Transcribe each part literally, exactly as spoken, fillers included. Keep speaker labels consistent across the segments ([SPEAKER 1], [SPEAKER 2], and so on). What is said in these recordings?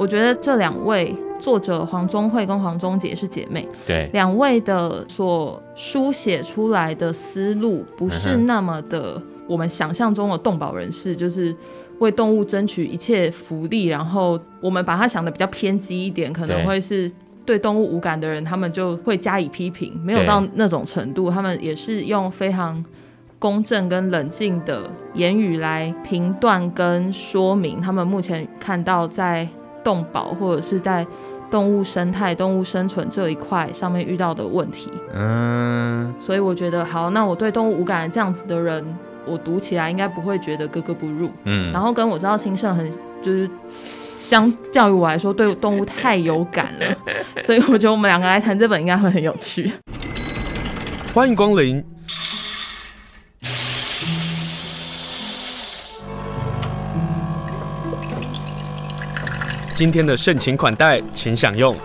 [SPEAKER 1] 我觉得这两位作者黄宗慧跟黄宗洁是姐妹，
[SPEAKER 2] 对，
[SPEAKER 1] 两位的所书写出来的思路不是那么的我们想象中的动保人士，就是为动物争取一切福利，然后我们把它想的比较偏激一点，可能会是对动物无感的人他们就会加以批评，没有到那种程度，他们也是用非常公正跟冷静的言语来评断跟说明他们目前看到在动保或者是在动物生态动物生存这一块上面遇到的问题。嗯，所以我觉得好，那我对动物无感这样子的人，我读起来应该不会觉得格格不入。嗯，然后跟我知道清盛很就是相较于我来说对动物太有感了，所以我觉得我们两个来谈这本应该会很有趣。
[SPEAKER 3] 欢迎光临。今天的盛情款待，请享用。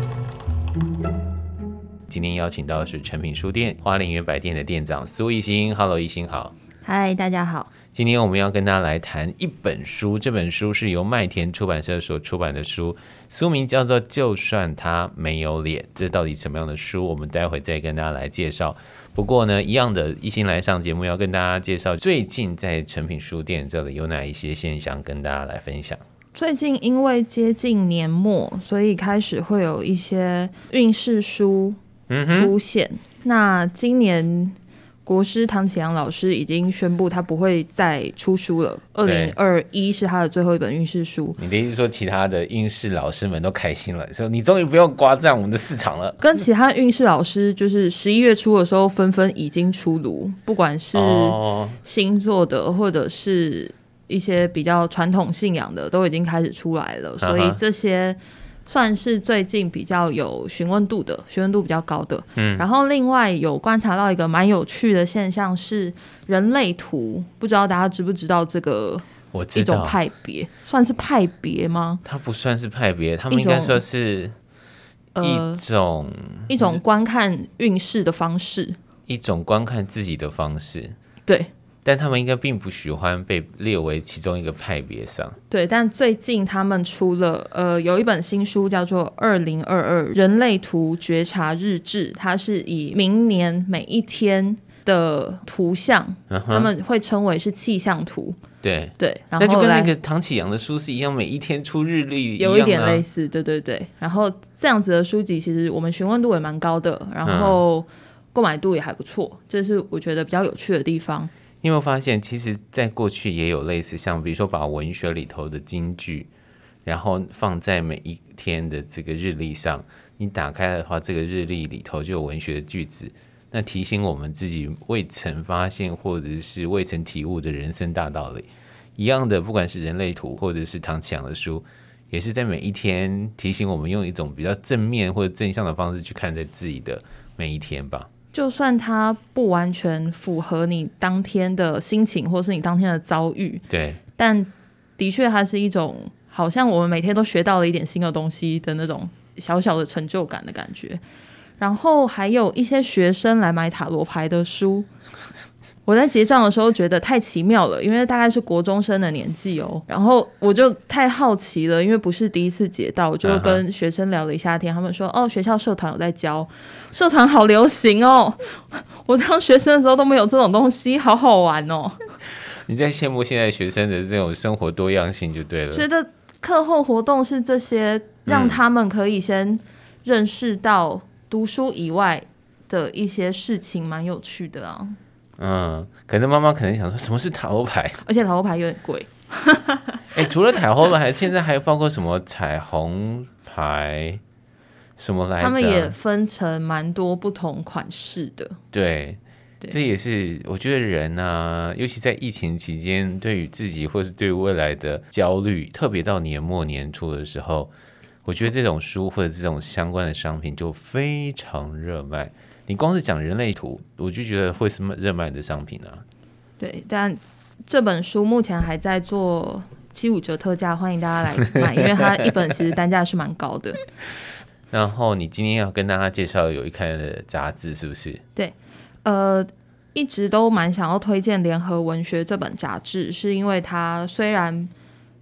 [SPEAKER 2] 今天邀请到的是诚品书店花莲原百店的店长苏一心。Hello， 一心好。
[SPEAKER 1] 嗨，大家好。
[SPEAKER 2] 今天我们要跟大家来谈一本书，这本书是由麦田出版社所出版的书，书名叫做《就算他没有脸》。这到底什么样的书？我们待会再跟大家来介绍。不过呢，一样的，一心来上节目要跟大家介绍最近在诚品书店这里有哪一些现象跟大家来分享。
[SPEAKER 1] 最近因为接近年末，所以开始会有一些运势书出现、嗯、那今年国师唐启阳老师已经宣布他不会再出书了，二零二一是他的最后一本运势书。
[SPEAKER 2] 你的意思说其他的运势老师们都开心了，说你终于不用刮占我们的市场了？跟
[SPEAKER 1] 其他运势老师就是十一月初的时候纷纷已经出炉，不管是星座的或者是一些比较传统信仰的都已经开始出来了，所以这些算是最近比较有询问度的，询问度比较高的。嗯，然后另外有观察到一个蛮有趣的现象是人类图，不知道大家知不知道这个一种派别？算是派别吗？
[SPEAKER 2] 它不算是派别，他们应该说是一种、呃、
[SPEAKER 1] 一种观看运势的方式，
[SPEAKER 2] 一种观看自己的方式。
[SPEAKER 1] 对。
[SPEAKER 2] 但他们应该并不喜欢被列为其中一个派别上。
[SPEAKER 1] 对，但最近他们出了呃有一本新书叫做《二零二二人类图觉察日志》，它是以明年每一天的图像、uh-huh. 他们会称为是气象图。
[SPEAKER 2] 对
[SPEAKER 1] 对，然
[SPEAKER 2] 后那就跟那个唐启阳的书是一样，每一天出日历一样、啊、
[SPEAKER 1] 有一点类似。对对对，然后这样子的书籍其实我们询问度也蛮高的，然后购买度也还不错，这是我觉得比较有趣的地方。
[SPEAKER 2] 你有没有发现其实在过去也有类似，像比如说把文学里头的金句然后放在每一天的这个日历上，你打开的话这个日历里头就有文学的句子，那提醒我们自己未曾发现或者是未曾体悟的人生大道理一样的。不管是人类图或者是唐启阳的书，也是在每一天提醒我们用一种比较正面或者正向的方式去看待自己的每一天吧。
[SPEAKER 1] 就算它不完全符合你当天的心情或是你当天的遭遇，
[SPEAKER 2] 对，
[SPEAKER 1] 但的确它是一种好像我们每天都学到了一点新的东西的那种小小的成就感的感觉。然后还有一些学生来买塔罗牌的书，我在结账的时候觉得太奇妙了，因为大概是国中生的年纪哦，然后我就太好奇了，因为不是第一次结到，我就跟学生聊了一下天，他们说哦，学校社团有在教，社团好流行哦，我当学生的时候都没有这种东西，好好玩哦。
[SPEAKER 2] 你在羡慕现在学生的这种生活多样性就对了。
[SPEAKER 1] 觉得课后活动是这些让他们可以先认识到读书以外的一些事情，蛮有趣的啊。
[SPEAKER 2] 嗯，可能妈妈可能想说什么是塔罗牌，
[SPEAKER 1] 而且塔罗牌有点贵。
[SPEAKER 2] 欸、除了塔罗牌现在还包括什么彩虹牌什么来着，
[SPEAKER 1] 他们也分成蛮多不同款式的。
[SPEAKER 2] 对, 对，这也是我觉得人啊，尤其在疫情期间，对于自己或是对未来的焦虑，特别到年末年初的时候，我觉得这种书或者这种相关的商品就非常热卖。你光是讲人类图，我就觉得会是热卖的商品啊。
[SPEAKER 1] 对，但这本书目前还在做七五折特价，欢迎大家来买，因为它一本其实单价是蛮高的。
[SPEAKER 2] 然后你今天要跟大家介绍有一刊的杂志，是不是？
[SPEAKER 1] 对，呃，一直都蛮想要推荐联合文学这本杂志，是因为它虽然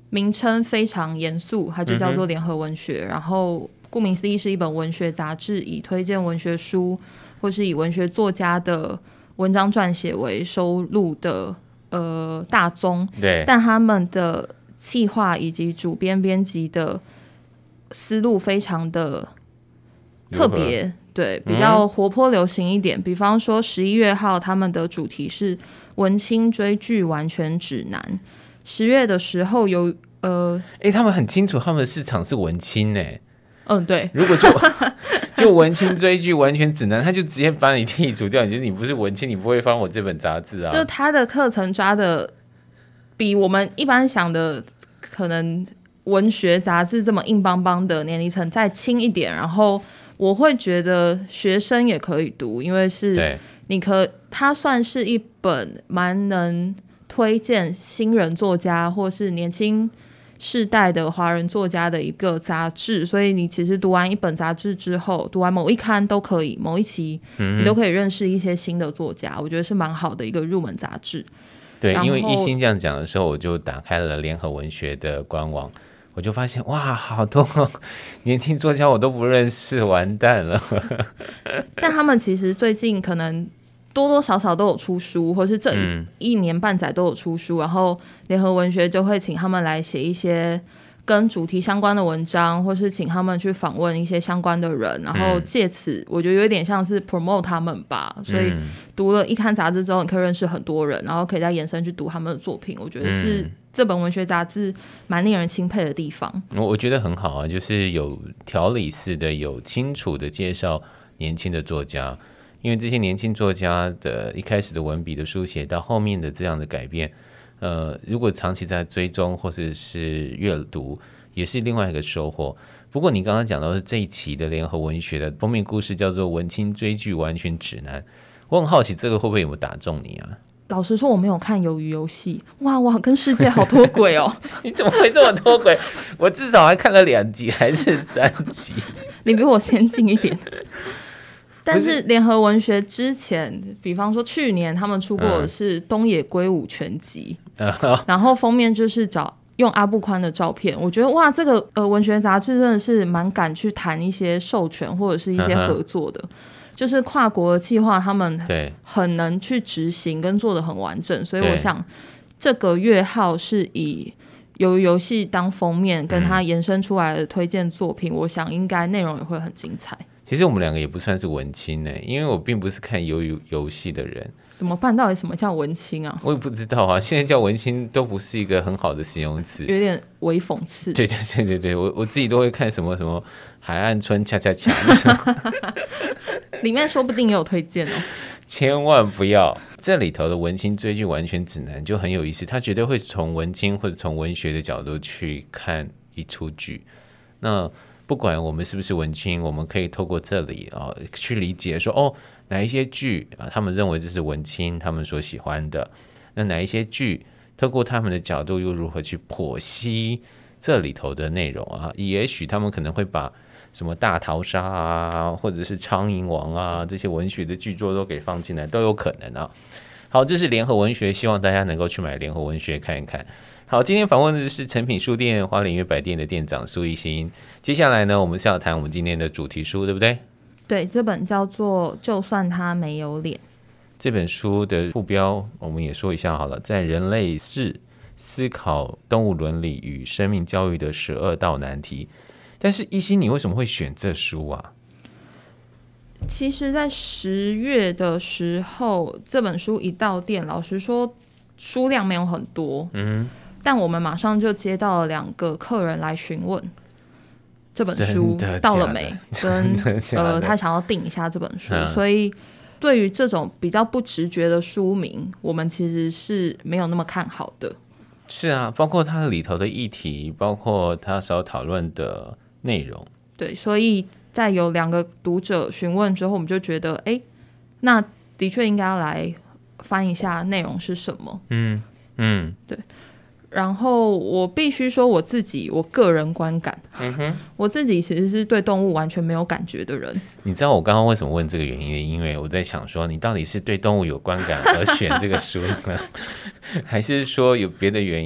[SPEAKER 1] 名称非常严肃，它就叫做联合文学、嗯、然后顾名思义是一本文学杂志，以推荐文学书或是以文学作家的文章撰写为收录的呃大宗。
[SPEAKER 2] 对，
[SPEAKER 1] 但他们的企划以及主编编辑的思路非常的特别，对，比较活泼流行一点、嗯、比方说十一月号他们的主题是文青追剧完全指南，十月的时候有呃，
[SPEAKER 2] 哎、欸，他们很清楚他们的市场是文青哎，
[SPEAKER 1] 嗯，对，
[SPEAKER 2] 如果就就文青追剧完全指南，他就直接把你剔除掉，你觉得你不是文青，你不会翻我这本杂志啊？
[SPEAKER 1] 就他的课程抓的比我们一般想的可能文学杂志这么硬邦邦的年龄层再轻一点，然后我会觉得学生也可以读，因为是你可它算是一本蛮能推荐新人作家或是年轻世代的华人作家的一个杂志，所以你其实读完一本杂志之后，读完某一刊都可以，某一期你都可以认识一些新的作家、嗯、我觉得是蛮好的一个入门杂志。
[SPEAKER 2] 对，因为一心这样讲的时候，我就打开了联合文学的官网，我就发现哇，好多年轻作家我都不认识，完蛋了。
[SPEAKER 1] 但他们其实最近可能多多少少都有出书，或是这一年半载都有出书、嗯、然后联合文学就会请他们来写一些跟主题相关的文章，或是请他们去访问一些相关的人，然后借此我觉得有点像是 promote 他们吧、嗯、所以读了一刊杂志之后你可以认识很多人，然后可以再延伸去读他们的作品，我觉得是这本文学杂志蛮令人钦佩的地方。
[SPEAKER 2] 我觉得很好啊，就是有条理式的有清楚的介绍年轻的作家，因为这些年轻作家的一开始的文笔的书写到后面的这样的改变，呃，如果长期在追踪或者是阅读也是另外一个收获。不过你刚刚讲到的这一期的联合文学的封面故事叫做文青追剧完全指南，我很好奇这个会不会有没有打中你啊？
[SPEAKER 1] 老实说我没有看鱿鱼游戏，哇，我跟世界好脱轨哦。
[SPEAKER 2] 你怎么会这么脱轨？我至少还看了两集还是三集。
[SPEAKER 1] 你比我先进一点。但是联合文学之前比方说去年他们出过的是东野圭吾全集、嗯、然后封面就是找用阿部宽的照片，我觉得哇，这个呃文学杂志真的是蛮敢去谈一些授权或者是一些合作的、嗯、就是跨国的企划他们很能去执行跟做得很完整，所以我想这个月号是以鱿鱼游戏当封面跟它延伸出来的推荐作品、嗯、我想应该内容也会很精彩。
[SPEAKER 2] 其实我们两个也不算是文青耶，因为我并不是看鱿鱼游戏的人。
[SPEAKER 1] 怎么办？到底什么叫文青啊？
[SPEAKER 2] 我也不知道啊，现在叫文青都不是一个很好的形容词，
[SPEAKER 1] 有点微讽刺。
[SPEAKER 2] 对对对对对，我我自己都会看什么什么海岸村恰恰恰
[SPEAKER 1] 里面说不定也有推荐哦。
[SPEAKER 2] 千万不要，这里头的文青追剧完全指南就很有意思，他绝对会从文青或者从文学的角度去看一出剧。那不管我们是不是文青，我们可以透过这里、哦、去理解说哦，哪一些剧、啊、他们认为这是文青他们所喜欢的，那哪一些剧透过他们的角度又如何去剖析这里头的内容啊？也许他们可能会把什么大逃杀啊，或者是苍蝇王啊，这些文学的剧作都给放进来，都有可能啊。好，这是联合文学，希望大家能够去买联合文学看一看。好，今天访问的是诚品书店花莲月百店的店长苏一心。接下来呢，我们是要谈我们今天的主题书，对不对？
[SPEAKER 1] 对，这本叫做《就算他没有脸》。
[SPEAKER 2] 这本书的副标我们也说一下好了，在人类世思考动物伦理与生命教育的十二道难题。但是一心，你为什么会选这书啊？
[SPEAKER 1] 其实在十月的时候这本书一到店，老实说数量没有很多，嗯，但我们马上就接到了两个客人来询问这本书到了没，跟呃他想要订一下这本书、嗯、所以对于这种比较不直觉的书名，我们其实是没有那么看好的。
[SPEAKER 2] 是啊，包括它里头的议题，包括他所讨论的内容。
[SPEAKER 1] 对，所以在有两个读者询问之后，我们就觉得哎，那的确应该要来翻一下内容是什么。嗯嗯，对。然后我必须说我自己我个人观感、嗯、哼我自己其实是对动物完全没有感觉的人。
[SPEAKER 2] 你知道我刚刚为什么问这个原因？因为我在想说你到底是对动物有观感而选这个书呢还是说有别的原因？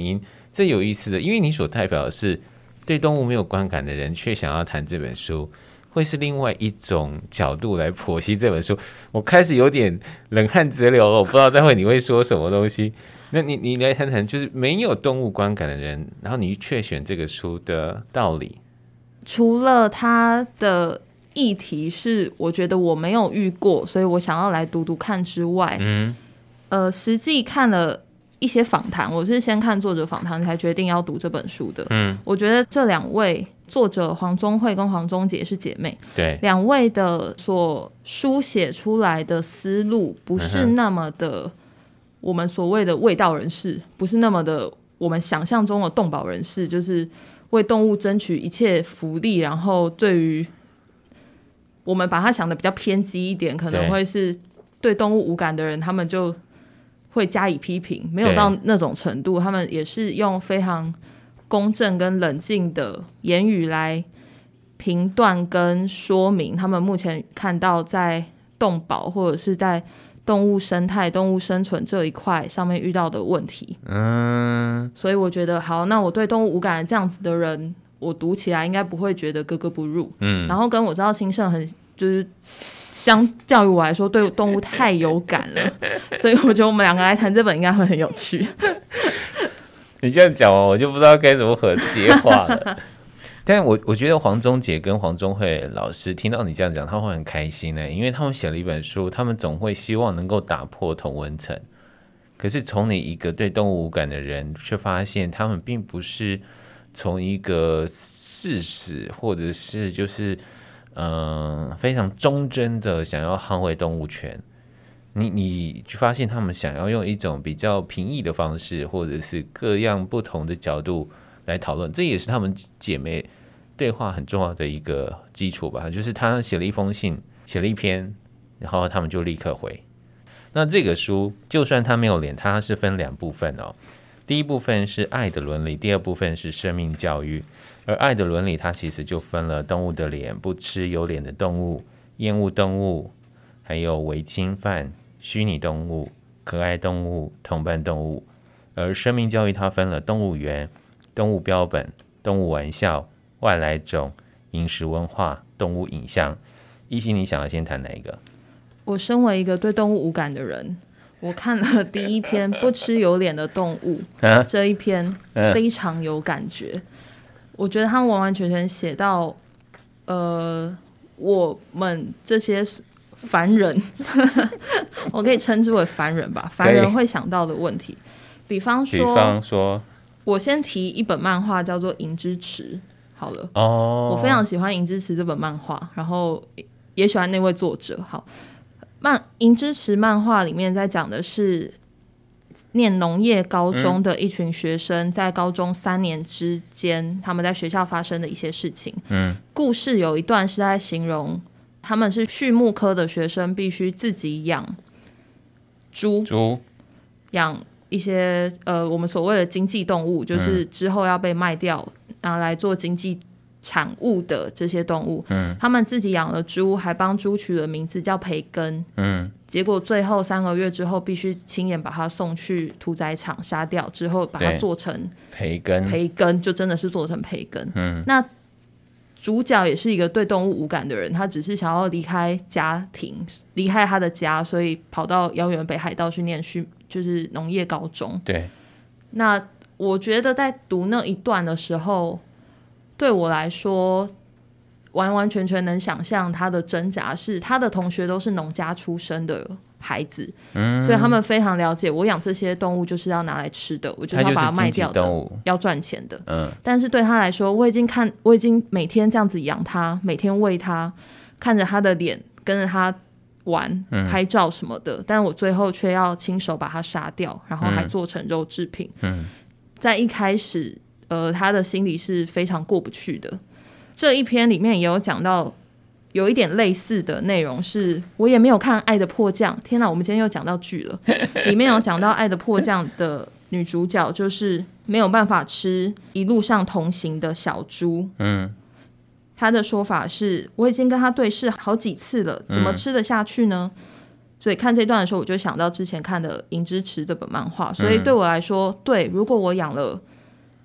[SPEAKER 2] 这有意思的，因为你所代表的是对动物没有观感的人，却想要谈这本书，会是另外一种角度来剖析这本书。我开始有点冷汗直流了，我不知道待会你会说什么东西。那你你来谈谈，就是没有动物观感的人，然后你却选这个书的道理。
[SPEAKER 1] 除了它的议题是我觉得我没有遇过，所以我想要来读读看之外，嗯，呃，实际看了一些访谈，我是先看作者访谈才决定要读这本书的。嗯，我觉得这两位作者黄宗慧跟黄宗洁是姐妹，
[SPEAKER 2] 对，
[SPEAKER 1] 两位的所书写出来的思路不是那么的我们所谓的卫道人士，不是那么的我们想象中的动保人士，就是为动物争取一切福利，然后对于我们把它想的比较偏激一点，可能会是对动物无感的人，他们就会加以批评，没有到那种程度。他们也是用非常公正跟冷静的言语来评断跟说明他们目前看到在动保或者是在动物生态、动物生存这一块上面遇到的问题。嗯，所以我觉得好，那我对动物无感的这样子的人，我读起来应该不会觉得格格不入。嗯，然后跟我知道清盛很就是相较于我来说对动物太有感了，所以我觉得我们两个来谈这本应该会很有趣。
[SPEAKER 2] 你这样讲完，我就不知道该怎么和接话了。但我我觉得黄宗洁跟黄宗慧老师听到你这样讲，他会很开心呢，因为他们写了一本书，他们总会希望能够打破同温层。可是从你一个对动物无感的人，却发现他们并不是从一个事实，或者是就是嗯、呃、非常忠贞的想要捍卫动物权。你你就发现他们想要用一种比较平易的方式，或者是各样不同的角度来讨论，这也是他们姐妹对话很重要的一个基础吧。就是他写了一封信，写了一篇，然后他们就立刻回。那这个书就算他没有脸，它是分两部分哦。第一部分是爱的伦理，第二部分是生命教育。而爱的伦理，它其实就分了动物的脸、不吃有脸的动物、厌恶动物，还有违侵犯、虚拟动物、可爱动物、同伴动物。而生命教育它分了动物园、动物标本、动物玩笑、外来种、饮食文化、动物影像。依稀你想要先谈哪一个？
[SPEAKER 1] 我身为一个对动物无感的人，我看了第一篇不吃有脸的动物、啊、这一篇非常有感觉、啊、我觉得他完完全全写到呃我们这些凡人我可以称之为凡人吧，凡人会想到的问题。比方说，比方说我先提一本漫画叫做《银之匙》好了、哦、我非常喜欢《银之匙》这本漫画，然后也喜欢那位作者。好，漫《银之匙》漫画里面在讲的是念农业高中的一群学生在高中三年之间他们在学校发生的一些事情。嗯，故事有一段是在形容他们是畜牧科的学生，必须自己养猪，猪养一些呃我们所谓的经济动物，就是之后要被卖掉拿来做经济产物的这些动物。嗯，他们自己养了猪，还帮猪取了名字叫培根。嗯，结果最后三个月之后必须亲眼把它送去屠宰场杀掉，之后把它做成培根，培根就真的是做成培根。嗯，那主角也是一个对动物无感的人，他只是想要离开家庭，离开他的家，所以跑到遥远北海道去念畜就是农业高中。对，那我觉得在读那一段的时候，对我来说完完全全能想象他的挣扎，是他的同学都是农家出身的孩子、嗯、所以他们非常了解我养这些动物就是要拿来吃的，我就是要把它卖掉的，要赚钱的、嗯、但是对他来说，我已经看我已经每天这样子养它，每天喂它，看着他的脸，跟着他玩、嗯、拍照什么的，但我最后却要亲手把它杀掉，然后还做成肉制品、嗯、在一开始呃，他的心里是非常过不去的。这一篇里面也有讲到有一点类似的内容，是我也没有看《爱的迫降》，天哪，我们今天又讲到剧了里面有讲到《爱的迫降》的女主角就是没有办法吃一路上同行的小猪。嗯，她的说法是我已经跟她对视好几次了，怎么吃得下去呢、嗯、所以看这段的时候我就想到之前看的《银之匙》这本漫画，所以对我来说，对，如果我养了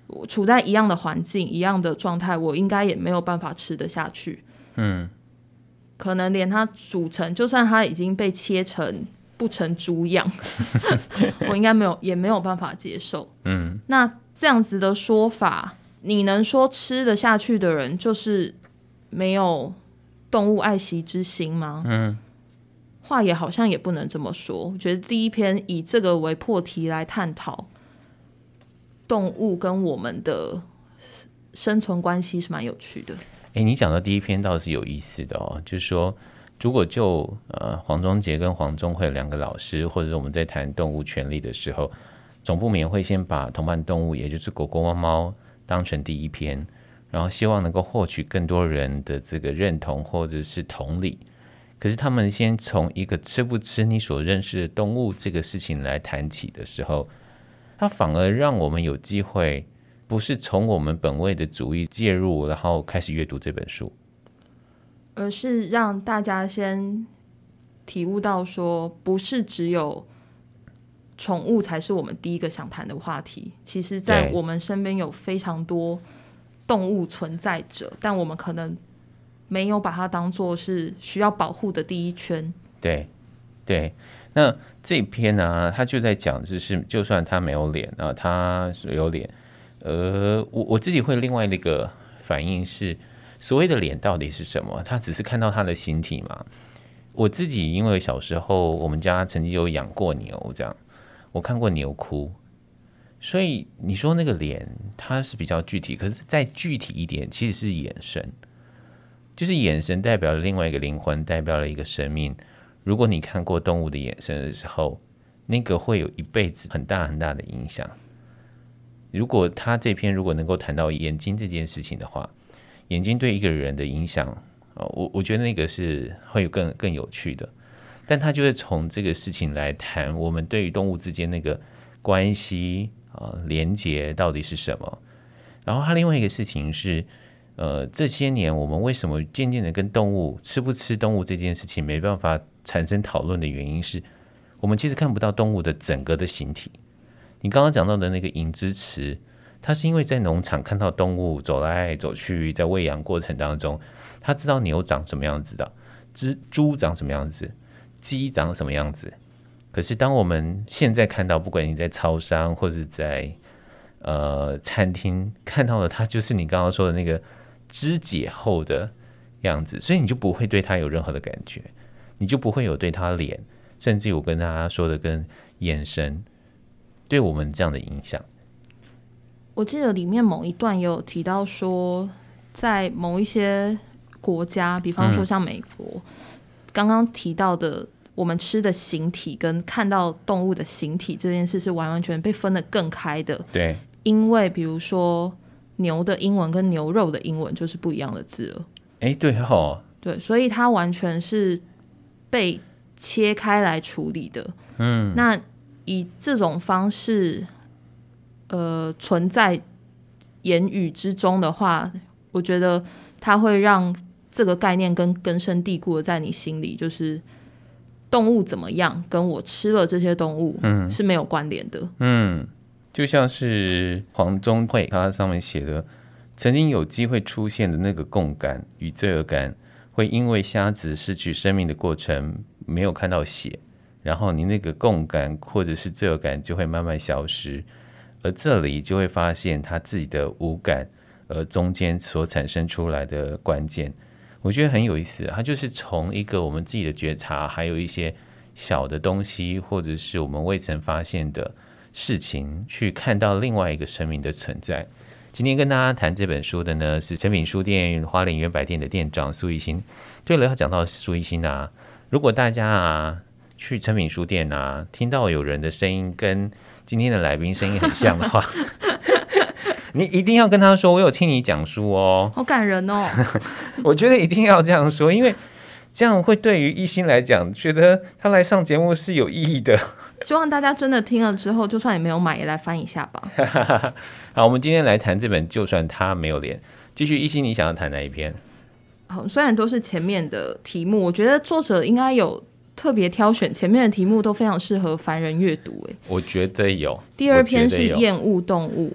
[SPEAKER 1] 处在一样的环境一样的状态，我应该也没有办法吃得下去。嗯，可能连它煮成，就算它已经被切成不成猪样我应该没有也没有办法接受。嗯，那这样子的说法，你能说吃得下去的人就是没有动物爱惜之心吗？嗯，话也好像也不能这么说。我觉得第一篇以这个为破题来探讨动物跟我们的生存关系是蛮有趣的。
[SPEAKER 2] 欸，你讲的第一篇倒是有意思的哦，就是说如果就呃黄宗杰跟黄宗慧两个老师，或者是我们在谈动物权利的时候，总不免会先把同伴动物，也就是狗狗猫猫当成第一篇，然后希望能够获取更多人的这个认同或者是同理。可是他们先从一个吃不吃你所认识的动物这个事情来谈起的时候，它反而让我们有机会不是从我们本位的主义介入，然后开始阅读这本书，
[SPEAKER 1] 而是让大家先体悟到说，不是只有宠物才是我们第一个想谈的话题。其实在我们身边有非常多动物存在者，但我们可能没有把它当作是需要保护的第一圈。
[SPEAKER 2] 对对，那这篇呢、啊，他就在讲，就是就算他没有脸啊，他有脸，呃，我我自己会另外的一个反应是，所谓的脸到底是什么？他只是看到他的形体嘛？我自己因为小时候我们家曾经有养过牛，这样我看过牛哭，所以你说那个脸它是比较具体，可是再具体一点，其实是眼神。就是眼神代表了另外一个灵魂，代表了一个生命。如果你看过动物的眼神的时候，那个会有一辈子很大很大的影响。如果他这篇如果能够谈到眼睛这件事情的话，眼睛对一个人的影响，我我觉得那个是会有更更有趣的。但他就是从这个事情来谈我们对于动物之间那个关系啊连结到底是什么。然后他另外一个事情是。呃，这些年我们为什么渐渐的跟动物吃不吃动物这件事情没办法产生讨论的原因是，我们其实看不到动物的整个的形体。你刚刚讲到的那个银之匙，它是因为在农场看到动物走来走去，在喂养过程当中，他知道牛长什么样子的，猪长什么样子，鸡长什么样子。可是当我们现在看到，不管你在超商或者在呃餐厅看到的，它就是你刚刚说的那个肢解后的样子，所以你就不会对他有任何的感觉，你就不会有对他脸，甚至我跟大家说的跟眼神对我们这样的影响。
[SPEAKER 1] 我记得里面某一段也有提到说，在某一些国家，比方说像美国，嗯、刚刚提到的我们吃的形体跟看到动物的形体这件事是完完全被分得更开的。
[SPEAKER 2] 对，
[SPEAKER 1] 因为比如说牛的英文跟牛肉的英文就是不一样的字了。
[SPEAKER 2] 哎，对哦，
[SPEAKER 1] 对，所以它完全是被切开来处理的。嗯，那以这种方式，呃，存在言语之中的话，我觉得它会让这个概念跟根深蒂固的在你心里，就是动物怎么样，跟我吃了这些动物是没有关联的。
[SPEAKER 2] 嗯。嗯，就像是黄宗慧他上面写的，曾经有机会出现的那个共感与罪恶感，会因为瞎子失去生命的过程没有看到血，然后你那个共感或者是罪恶感就会慢慢消失，而这里就会发现他自己的无感，而中间所产生出来的关键，我觉得很有意思。它就是从一个我们自己的觉察，还有一些小的东西，或者是我们未曾发现的事情，去看到另外一个生命的存在。今天跟大家谈这本书的呢，是诚品书店花莲原百店的店长苏一新。对了，要讲到苏一新啊，如果大家啊去诚品书店啊，听到有人的声音跟今天的来宾声音很像的话，你一定要跟他说，我有听你讲书哦，
[SPEAKER 1] 好感人哦。
[SPEAKER 2] 我觉得一定要这样说，因为这样会对于一心来讲，觉得他来上节目是有意义的。
[SPEAKER 1] 希望大家真的听了之后，就算你没有买，也来翻一下吧。
[SPEAKER 2] 好，我们今天来谈这本《就算他没有脸》。继续，一心，你想要谈哪一篇？
[SPEAKER 1] 好，虽然都是前面的题目，我觉得作者应该有特别挑选，前面的题目都非常适合凡人阅读。我
[SPEAKER 2] 觉得有。
[SPEAKER 1] 第二篇是厌恶动物，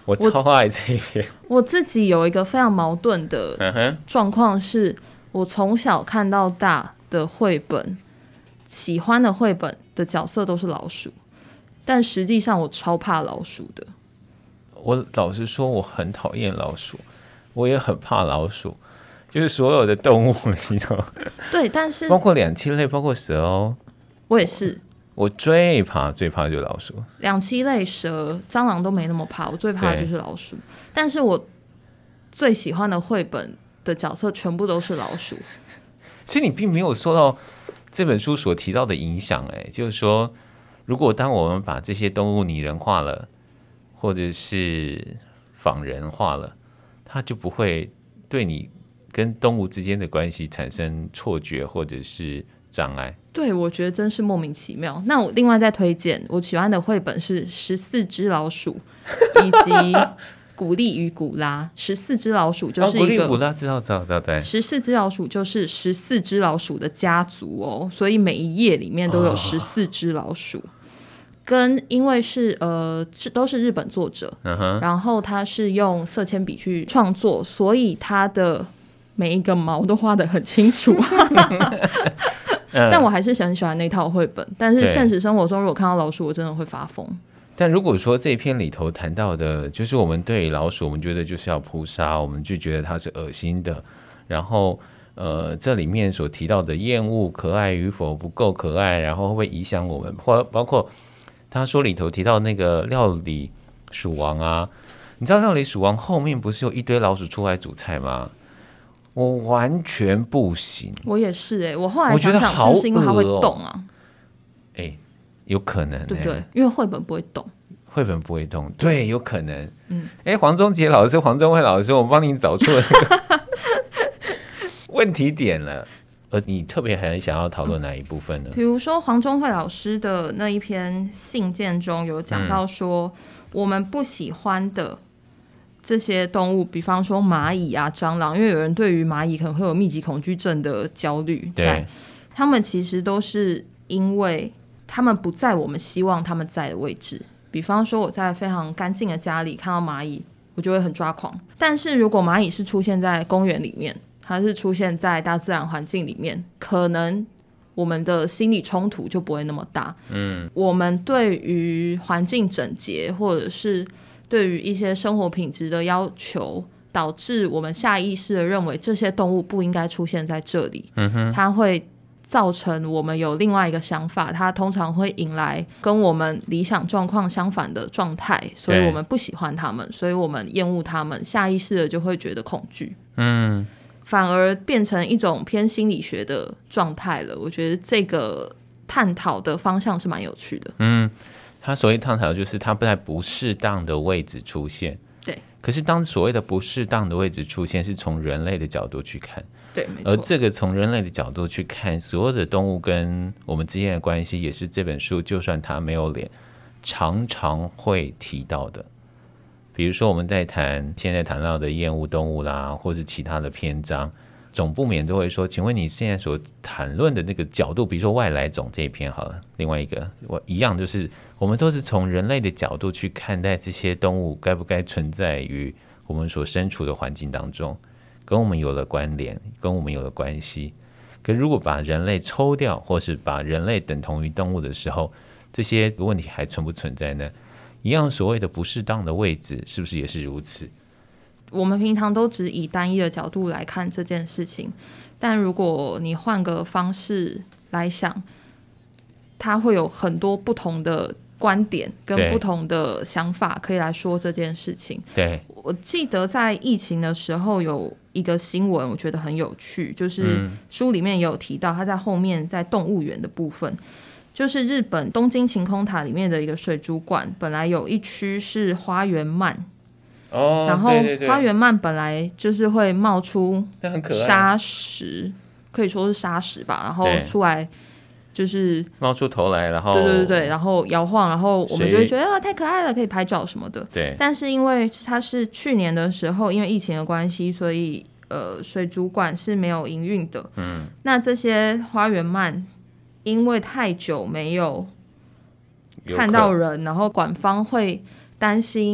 [SPEAKER 2] 我超爱这一篇。
[SPEAKER 1] 我自己有一个非常矛盾的状况是，我从小看到大的绘本，喜欢的绘本的角色都是老鼠，但实际上我超怕老鼠的。
[SPEAKER 2] 我老实说，我很讨厌老鼠，我也很怕老鼠，就是所有的动物里头，
[SPEAKER 1] 对，但是
[SPEAKER 2] 包括两栖类，包括蛇哦，
[SPEAKER 1] 我也是。
[SPEAKER 2] 我最怕最怕就是老鼠，
[SPEAKER 1] 两栖类、蛇、蟑螂都没那么怕，我最怕的就是老鼠。但是我最喜欢的绘本的角色全部都是老鼠，
[SPEAKER 2] 所以你并没有受到这本书所提到的影响。哎，就是说，如果当我们把这些动物拟人化了，或者是仿人化了，它就不会对你跟动物之间的关系产生错觉或者是障碍。
[SPEAKER 1] 对，我觉得真是莫名其妙。那我另外再推荐我喜欢的绘本是《十四只老鼠》以及《古力与古拉》。十四只老鼠就是一个，哦，古力古拉知道知道知道，对，十四只老鼠就是十四只老鼠的家族哦，所以每一页里面都有十四只老鼠。哦，跟因为是呃是都是日本作者，嗯，然后他是用色铅笔去创作，所以他的每一个毛都画得很清楚。但我还是很喜欢那套绘本，但是现实生活中如果看到老鼠我真的会发疯。
[SPEAKER 2] 但如果说这一篇里头谈到的就是我们对老鼠我们觉得就是要扑杀，我们就觉得它是恶心的，然后呃这里面所提到的厌恶可爱与否不够可爱，然后会不会影响我们，或包括他说里头提到那个料理鼠王啊，你知道料理鼠王后面不是有一堆老鼠出来煮菜吗？我完全不行。我也是哎、欸，我后来想想是不是因为它会动啊？哎、欸，有可能、欸，对不对？因为绘本不会动，绘本不会动，对，有可能。嗯，哎、欸，黄宗杰老师、黄宗慧老师，我帮你找出了那个问题点了。呃，你特别很想要讨论哪一部分呢？比如说黄宗慧老师的那一篇信件中有讲到说，嗯、我们不喜欢的这些动物，比方说蚂蚁啊、蟑螂，因为有人对于蚂蚁可能会有密集恐惧症的焦虑在，他们其实都是因为他们不在我们希望他们在的位置。比方说我在非常干净的家里看到蚂蚁，我就会很抓狂。但是如果蚂蚁是出现在公园里面，它是出现在大自然环境里面，可能我们的心理冲突就不会那么大。嗯，我们对于环境整洁或者是对于一些生活品质的要求，导致我们下意识的认为这些动物不应该出现在这里。嗯哼，它会造成我们有另外一个想法，它通常会引来跟我们理想状况相反的状态，所以我们不喜欢它们，所以我们厌恶它们，下意识的就会觉得恐惧。嗯，反而变成一种偏心理学的状态了。我觉得这个探讨的方向是蛮有趣的。嗯，他所谓探讨就是他在不适当的位置出现。对，可是当所谓的不适当的位置出现是从人类的角度去看，对，没错，而这个从人类的角度去看所有的动物跟我们之间的关系，也是这本书就算它没有脸常常会提到的。比如说我们在谈现在谈到的厌恶动物啦，或是其他的篇章，总不免都会说，请问你现在所谈论的那个角度，比如说外来种这一篇好了，另外一个我一样，就是我们都是从人类的角度去看待这些动物该不该存在于我们所身处的环境当中，跟我们有了关联，跟我们有了关系。可如果把人类抽掉，或是把人类等同于动物的时候，这些问题还存不存在呢？一样所谓的不适当的位置，是不是也是如此？我们平常都只以单一的角度来看这件事情，但如果你换个方式来想，它会有很多不同的观点跟不同的想法可以来说这件事情。对，我记得在疫情的时候有一个新闻我觉得很有趣，就是书里面也有提到，它在后面在动物园的部分，就是日本东京晴空塔里面的一个水族馆，本来有一区是花园鳗。哦，然后花园鳗本来就是会冒出沙石，可以说是沙石吧，然后出来就是冒出头来，然后对对对，然后摇晃，然后我们就会觉得、啊、太可爱了，可以拍照什么的。对，但是因为它是去年的时候，因为疫情的关系，所以呃水族馆是没有营运的。嗯，那这些花园鳗因为太久没有看到人，然后馆方会担心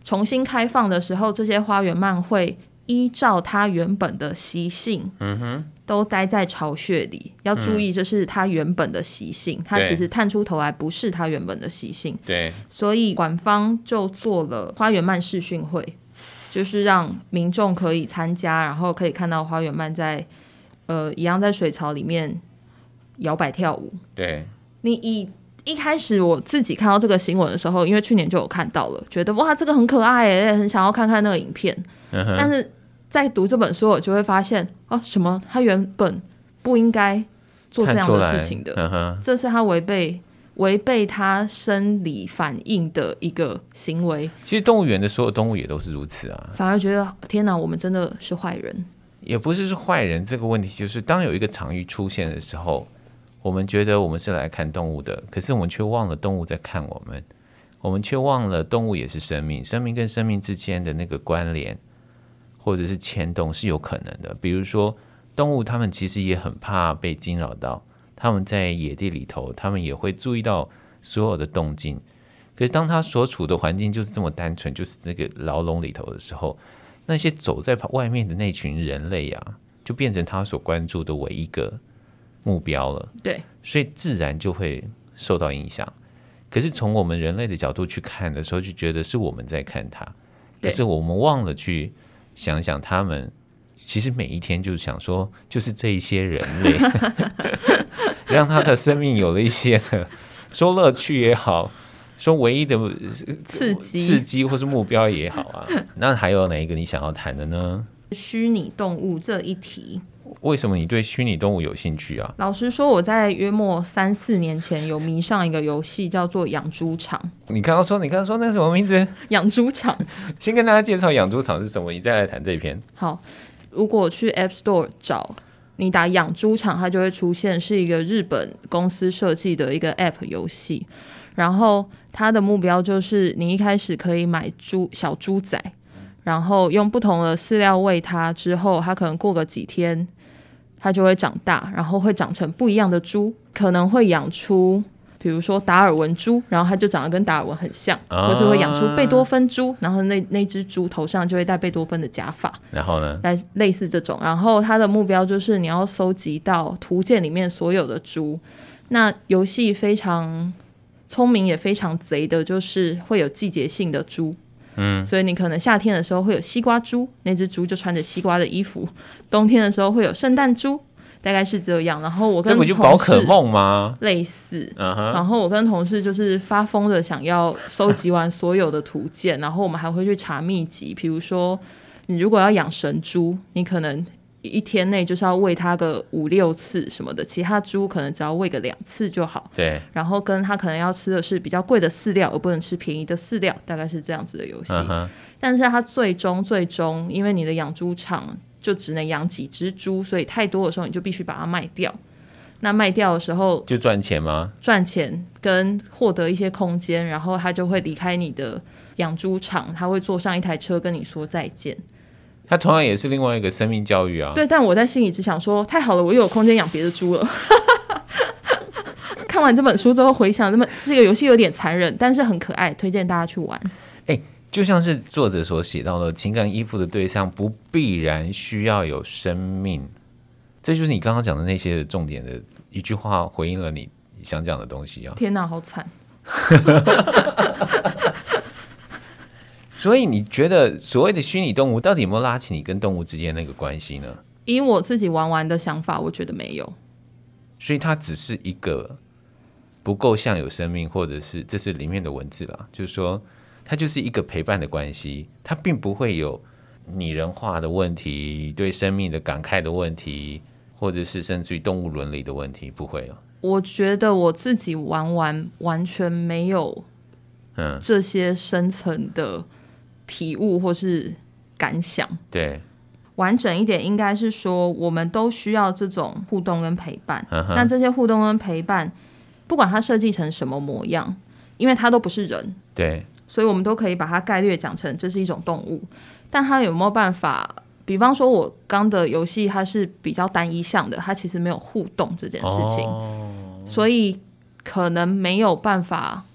[SPEAKER 1] 重新开放的时候，这些花园鳗会依照它原本的习性，嗯哼，都待在巢穴里。要注意，这是它原本的习性，嗯、它其实探出头来不是它原本的习性。
[SPEAKER 2] 对，
[SPEAKER 1] 所以馆方就做了花园鳗视讯会，就是让民众可以参加，然后可以看到花园鳗在呃一样在水槽里面摇摆跳舞。
[SPEAKER 2] 对，
[SPEAKER 1] 你以一开始我自己看到这个新闻的时候，因为去年就有看到了，觉得哇这个很可爱耶，很想要看看那个影片。嗯、但是在读这本书，我就会发现哦，什么他原本不应该做这样的事情的，嗯、这是他违背违背他生理反应的一个行为。
[SPEAKER 2] 其实动物园的所有动物也都是如此啊，
[SPEAKER 1] 反而觉得天哪，我们真的是坏人。
[SPEAKER 2] 也不是是坏人，这个问题就是当有一个场域出现的时候，我们觉得我们是来看动物的，可是我们却忘了动物在看我们，我们却忘了动物也是生命，生命跟生命之间的那个关联或者是牵动是有可能的。比如说动物它们其实也很怕被惊扰到，他们在野地里头他们也会注意到所有的动静，可是当他所处的环境就是这么单纯，就是这个牢笼里头的时候，那些走在外面的那群人类啊，就变成他所关注的唯一一个目标了。
[SPEAKER 1] 对，
[SPEAKER 2] 所以自然就会受到影响。可是从我们人类的角度去看的时候，就觉得是我们在看他，可是我们忘了去想想他们其实每一天就想说就是这一些人类让他的生命有了一些的说乐趣也好，说唯一的
[SPEAKER 1] 刺激
[SPEAKER 2] 刺激或是目标也好啊。那还有哪一个你想要谈的呢？
[SPEAKER 1] 虚拟动物这一题，
[SPEAKER 2] 为什么你对虚拟动物有兴趣啊？
[SPEAKER 1] 老实说，我在约莫三四年前有迷上一个游戏叫做养猪场。
[SPEAKER 2] 你刚刚说你刚刚说那是什么名字？
[SPEAKER 1] 养猪场。
[SPEAKER 2] 先跟大家介绍养猪场是什么，你再来谈这一篇。
[SPEAKER 1] 好，如果去 App Store 找你打养猪场，它就会出现是一个日本公司设计的一个 App 游戏，然后它的目标就是你一开始可以买猪小猪仔，然后用不同的饲料喂它，之后它可能过个几天它就会长大，然后会长成不一样的猪，可能会养出比如说达尔文猪，然后它就长得跟达尔文很像，啊、或是会养出贝多芬猪，然后那那只猪头上就会戴贝多芬的假发，
[SPEAKER 2] 然后呢，
[SPEAKER 1] 类似这种。然后它的目标就是你要搜集到图鉴里面所有的猪。那游戏非常聪明也非常贼的，就是会有季节性的猪。嗯，所以你可能夏天的时候会有西瓜猪，那只猪就穿着西瓜的衣服；冬天的时候会有圣诞猪，大概是这样。然后我跟同事，
[SPEAKER 2] 这不就宝可梦吗？
[SPEAKER 1] 类似。
[SPEAKER 2] Uh-huh.
[SPEAKER 1] 然后我跟同事就是发疯的想要收集完所有的图鉴，然后我们还会去查秘籍，比如说你如果要养神猪，你可能一天内就是要喂它个五六次什么的，其他猪可能只要喂个两次就好。对。然后跟它可能要吃的是比较贵的饲料，而不能吃便宜的饲料，大概是这样子的游戏。Uh-huh. 但是它最终最终，因为你的养猪场就只能养几只猪，所以太多的时候你就必须把它卖掉。那卖掉的时候
[SPEAKER 2] 就赚钱吗？
[SPEAKER 1] 赚钱跟获得一些空间，然后它就会离开你的养猪场，它会坐上一台车跟你说再见。
[SPEAKER 2] 它同样也是另外一个生命教育啊。
[SPEAKER 1] 对，但我在心里只想说，太好了，我又有空间养别的猪了。看完这本书之后回想，这么这个游戏有点残忍，但是很可爱，推荐大家去玩。
[SPEAKER 2] 哎、欸，就像是作者所写到的，情感依附的对象不必然需要有生命，这就是你刚刚讲的那些的重点的一句话，回应了你想讲的东西啊！
[SPEAKER 1] 天哪，好惨！
[SPEAKER 2] 所以你觉得所谓的虚拟动物到底有没有拉起你跟动物之间那个关系呢？
[SPEAKER 1] 以我自己玩完的想法，我觉得没有。
[SPEAKER 2] 所以它只是一个不够像有生命，或者是这是里面的文字啦，就是说它就是一个陪伴的关系，它并不会有拟人化的问题，对生命的感慨的问题，或者是甚至于动物伦理的问题，不会哦。
[SPEAKER 1] 我觉得我自己玩完完全没有这些深层的体悟或是感想。
[SPEAKER 2] 对，
[SPEAKER 1] 完整一点应该是说我们都需要这种互动跟陪伴。那这些互动跟陪伴不管它设计成什么模样，因为它都不是人，
[SPEAKER 2] 对，
[SPEAKER 1] 所以我们都可以把它概略讲成这是一种动物。但它有没有办法，比方说我刚的游戏它是比较单一项的，它其实没有互动这件事情、哦、所以可能没有办法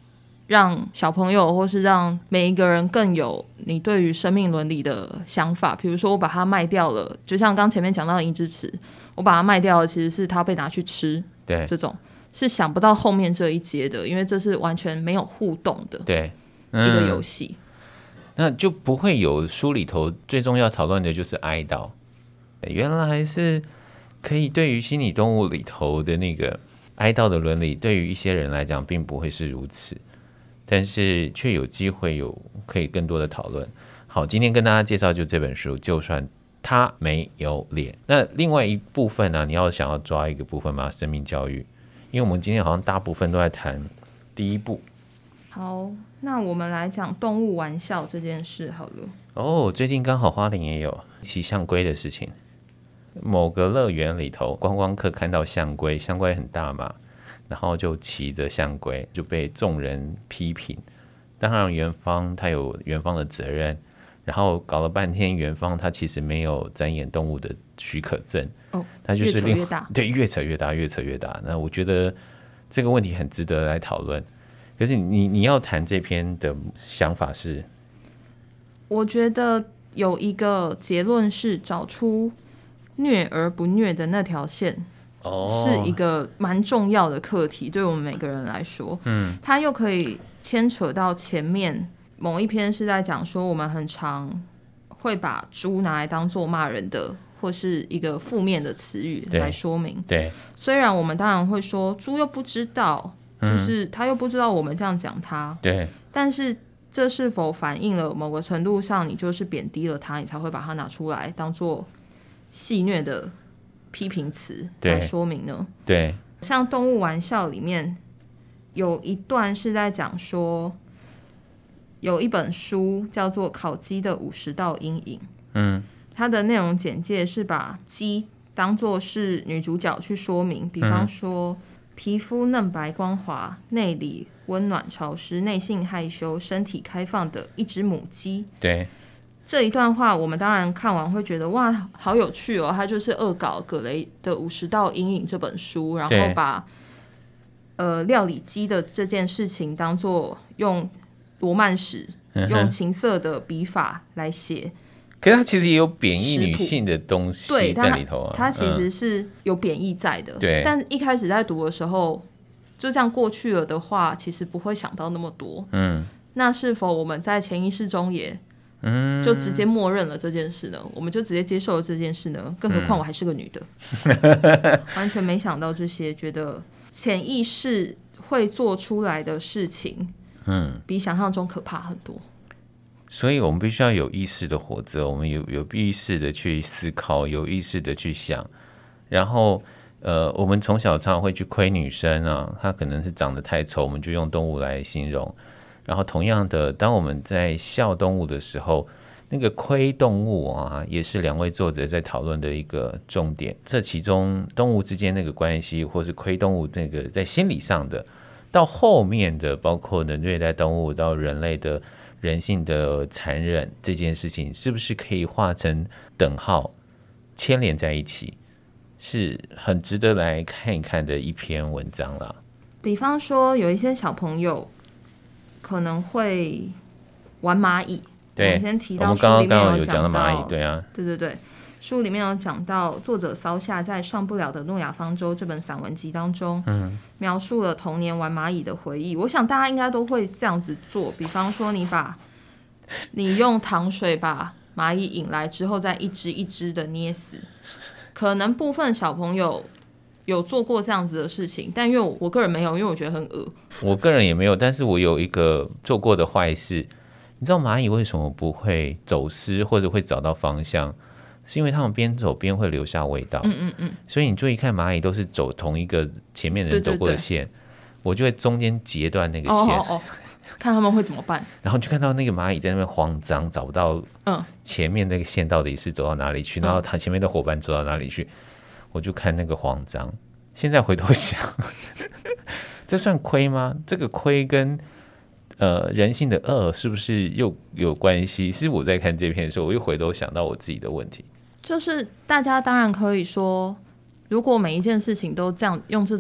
[SPEAKER 1] 让小朋友或是让每一个人更有你对于生命伦理的想法。比如说我把它卖掉了，就像刚前面讲到的银之匙，我把它卖掉了，其实是它被拿去吃，
[SPEAKER 2] 对，
[SPEAKER 1] 这种是想不到后面这一阶的，因为这是完全没有互动的
[SPEAKER 2] 对、
[SPEAKER 1] 嗯、一个游戏。
[SPEAKER 2] 那就不会有书里头最重要讨论的就是哀悼，原来是可以对于心理动物里头的那个哀悼的伦理，对于一些人来讲并不会是如此，但是却有机会有可以更多的讨论。好，今天跟大家介绍就这本书，就算他没有脸。那另外一部分呢、啊，你要想要抓一个部分吗？生命教育，因为我们今天好像大部分都在谈第一步。
[SPEAKER 1] 好，那我们来讲动物玩笑这件事好了。
[SPEAKER 2] 哦，最近刚好花莲也有骑象龟的事情。某个乐园里头，观光客看到象龟，象龟很大嘛，然后就骑着象龟，就被众人批评。当然，园方他有园方的责任，然后搞了半天，园方他其实没有展演动物的许可证。
[SPEAKER 1] 哦，
[SPEAKER 2] 他就是
[SPEAKER 1] 越扯越大，
[SPEAKER 2] 对，越扯越大，越扯越大。那我觉得这个问题很值得来讨论。可是你你要谈这篇的想法是？
[SPEAKER 1] 我觉得有一个结论是找出虐而不虐的那条线，
[SPEAKER 2] 哦，
[SPEAKER 1] 是一个蛮重要的课题，对我们每个人来说。嗯，它又可以牵扯到前面某一篇是在讲说，我们很常会把猪拿来当作骂人的或是一个负面的词语来说明。
[SPEAKER 2] 对，
[SPEAKER 1] 虽然我们当然会说猪又不知道。就是他又不知道我们这样讲他，
[SPEAKER 2] 对，
[SPEAKER 1] 但是这是否反映了某个程度上你就是贬低了他，你才会把它拿出来当做戏谑的批评词来说明呢？
[SPEAKER 2] 对，
[SPEAKER 1] 像动物玩笑里面有一段是在讲说，有一本书叫做《烤鸡的五十道阴影》，嗯，它的内容简介是把鸡当作是女主角去说明，比方说。嗯，皮肤嫩白光滑，内里温暖潮湿，内性害羞，身体开放的一只母鸡。
[SPEAKER 2] 对，
[SPEAKER 1] 这一段话我们当然看完会觉得哇，好有趣哦！它就是恶搞葛雷的《五十道阴影》这本书，然后把呃料理鸡的这件事情当作用罗曼史、嗯、用情色的笔法来写。
[SPEAKER 2] 可是它其实也有贬义女性的东西在里头啊，
[SPEAKER 1] 它其实是有贬义在的。
[SPEAKER 2] 对、嗯，
[SPEAKER 1] 但一开始在读的时候，就这样过去了的话，其实不会想到那么多。嗯，那是否我们在潜意识中也，嗯，就直接默认了这件事呢？我们就直接接受了这件事呢？更何况我还是个女的，嗯、完全没想到这些，觉得潜意识会做出来的事情，嗯，比想象中可怕很多。
[SPEAKER 2] 所以我们必须要有意识的活着，我们有有意识的去思考，有意识的去想。然后，呃，我们从小常常会去亏女生啊，她可能是长得太丑，我们就用动物来形容。然后，同样的，当我们在笑动物的时候，那个亏动物啊，也是两位作者在讨论的一个重点。这其中动物之间那个关系，或是亏动物那个在心理上的，到后面的，包括呢虐待动物到人类的。人性的残忍这件事情是不是可以画成等号牵连在一起，是很值得来看一看的一篇文章啦。
[SPEAKER 1] 比方说有一些小朋友可能会玩蚂蚁，
[SPEAKER 2] 对，
[SPEAKER 1] 我们先提到书里面有讲到，我们刚刚有讲到
[SPEAKER 2] 蚂蚁，对啊，
[SPEAKER 1] 对对对，书里面有讲到作者骚夏在《上不了的诺亚方舟》这本散文集当中，嗯，描述了童年玩蚂蚁的回忆。我想大家应该都会这样子做，比方说你把你用糖水把蚂蚁引来之后，再一只一只的捏死。可能部分小朋友有做过这样子的事情，但因为 我, 我个人没有，因为我觉得很恶。
[SPEAKER 2] 我个人也没有，但是我有一个做过的坏事。你知道蚂蚁为什么不会走失或者会找到方向？是因为他们边走边会留下味道。嗯嗯嗯。所以你注意看，蚂蚁都是走同一个前面的人走过的线，对对对，我就会中间截断那个线。哦哦哦，
[SPEAKER 1] 看他们会怎么办。
[SPEAKER 2] 然后就看到那个蚂蚁在那边慌张，找不到前面那个线到底是走到哪里去，嗯、然后他前面的伙伴走到哪里去，我就看那个慌张。现在回头想，这算亏吗？这个亏跟呃人性的恶是不是又有关系？是我在看这篇的时候，我又回头想到我自己的问题。就是
[SPEAKER 1] 大家当然可以说，如果每一件事情都这样用这种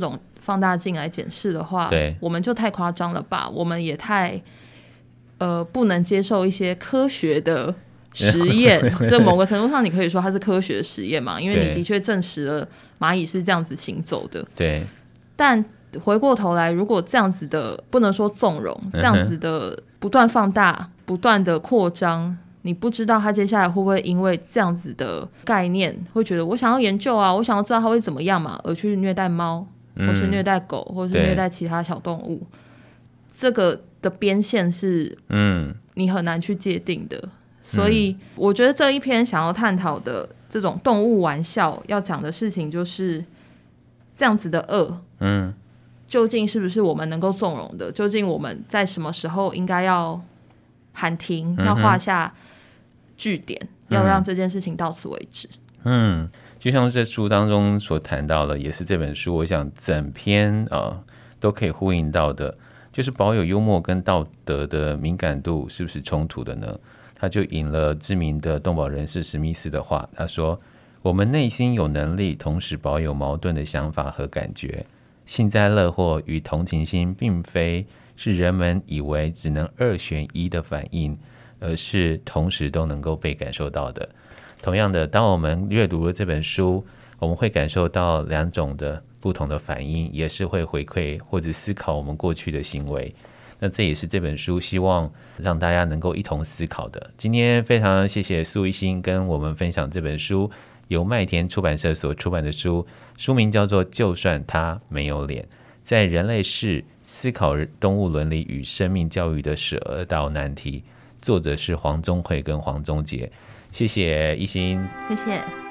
[SPEAKER 1] 放大镜来检视的话，
[SPEAKER 2] 对，
[SPEAKER 1] 我们就太夸张了吧，我们也太呃不能接受一些科学的实验这某个程度上你可以说它是科学实验嘛，因为你的确证实了蚂蚁是这样子行走的，
[SPEAKER 2] 对，
[SPEAKER 1] 但回过头来，如果这样子的不能说纵容，这样子的不断放大不断的扩张，你不知道他接下来会不会因为这样子的概念会觉得我想要研究啊，我想要知道他会怎么样嘛，而去虐待猫、嗯、或是虐待狗或是虐待其他小动物，这个的边线是你很难去界定的、嗯、所以我觉得这一篇想要探讨的这种动物玩笑要讲的事情就是这样子的恶，嗯，究竟是不是我们能够纵容的，究竟我们在什么时候应该要喊停、嗯、要画下句点、嗯、要让这件事情到此为止。
[SPEAKER 2] 嗯，就像这书当中所谈到的，也是这本书我想整篇、呃、都可以呼应到的，就是保有幽默跟道德的敏感度是不是冲突的呢？他就引了知名的动保人士史密斯的话，他说我们内心有能力同时保有矛盾的想法和感觉，幸灾乐祸与同情心并非是人们以为只能二选一的反应，而是同时都能够被感受到的。同样的，当我们阅读了这本书，我们会感受到两种的不同的反应，也是会回馈或者思考我们过去的行为。那这也是这本书希望让大家能够一同思考的。今天非常谢谢苏一心跟我们分享这本书，由麦田出版社所出版的书，书名叫做《就算他没有脸》，在人类世思考动物伦理与生命教育的十二道难题，作者是黄宗慧跟黄宗杰。谢谢一心，
[SPEAKER 1] 谢谢。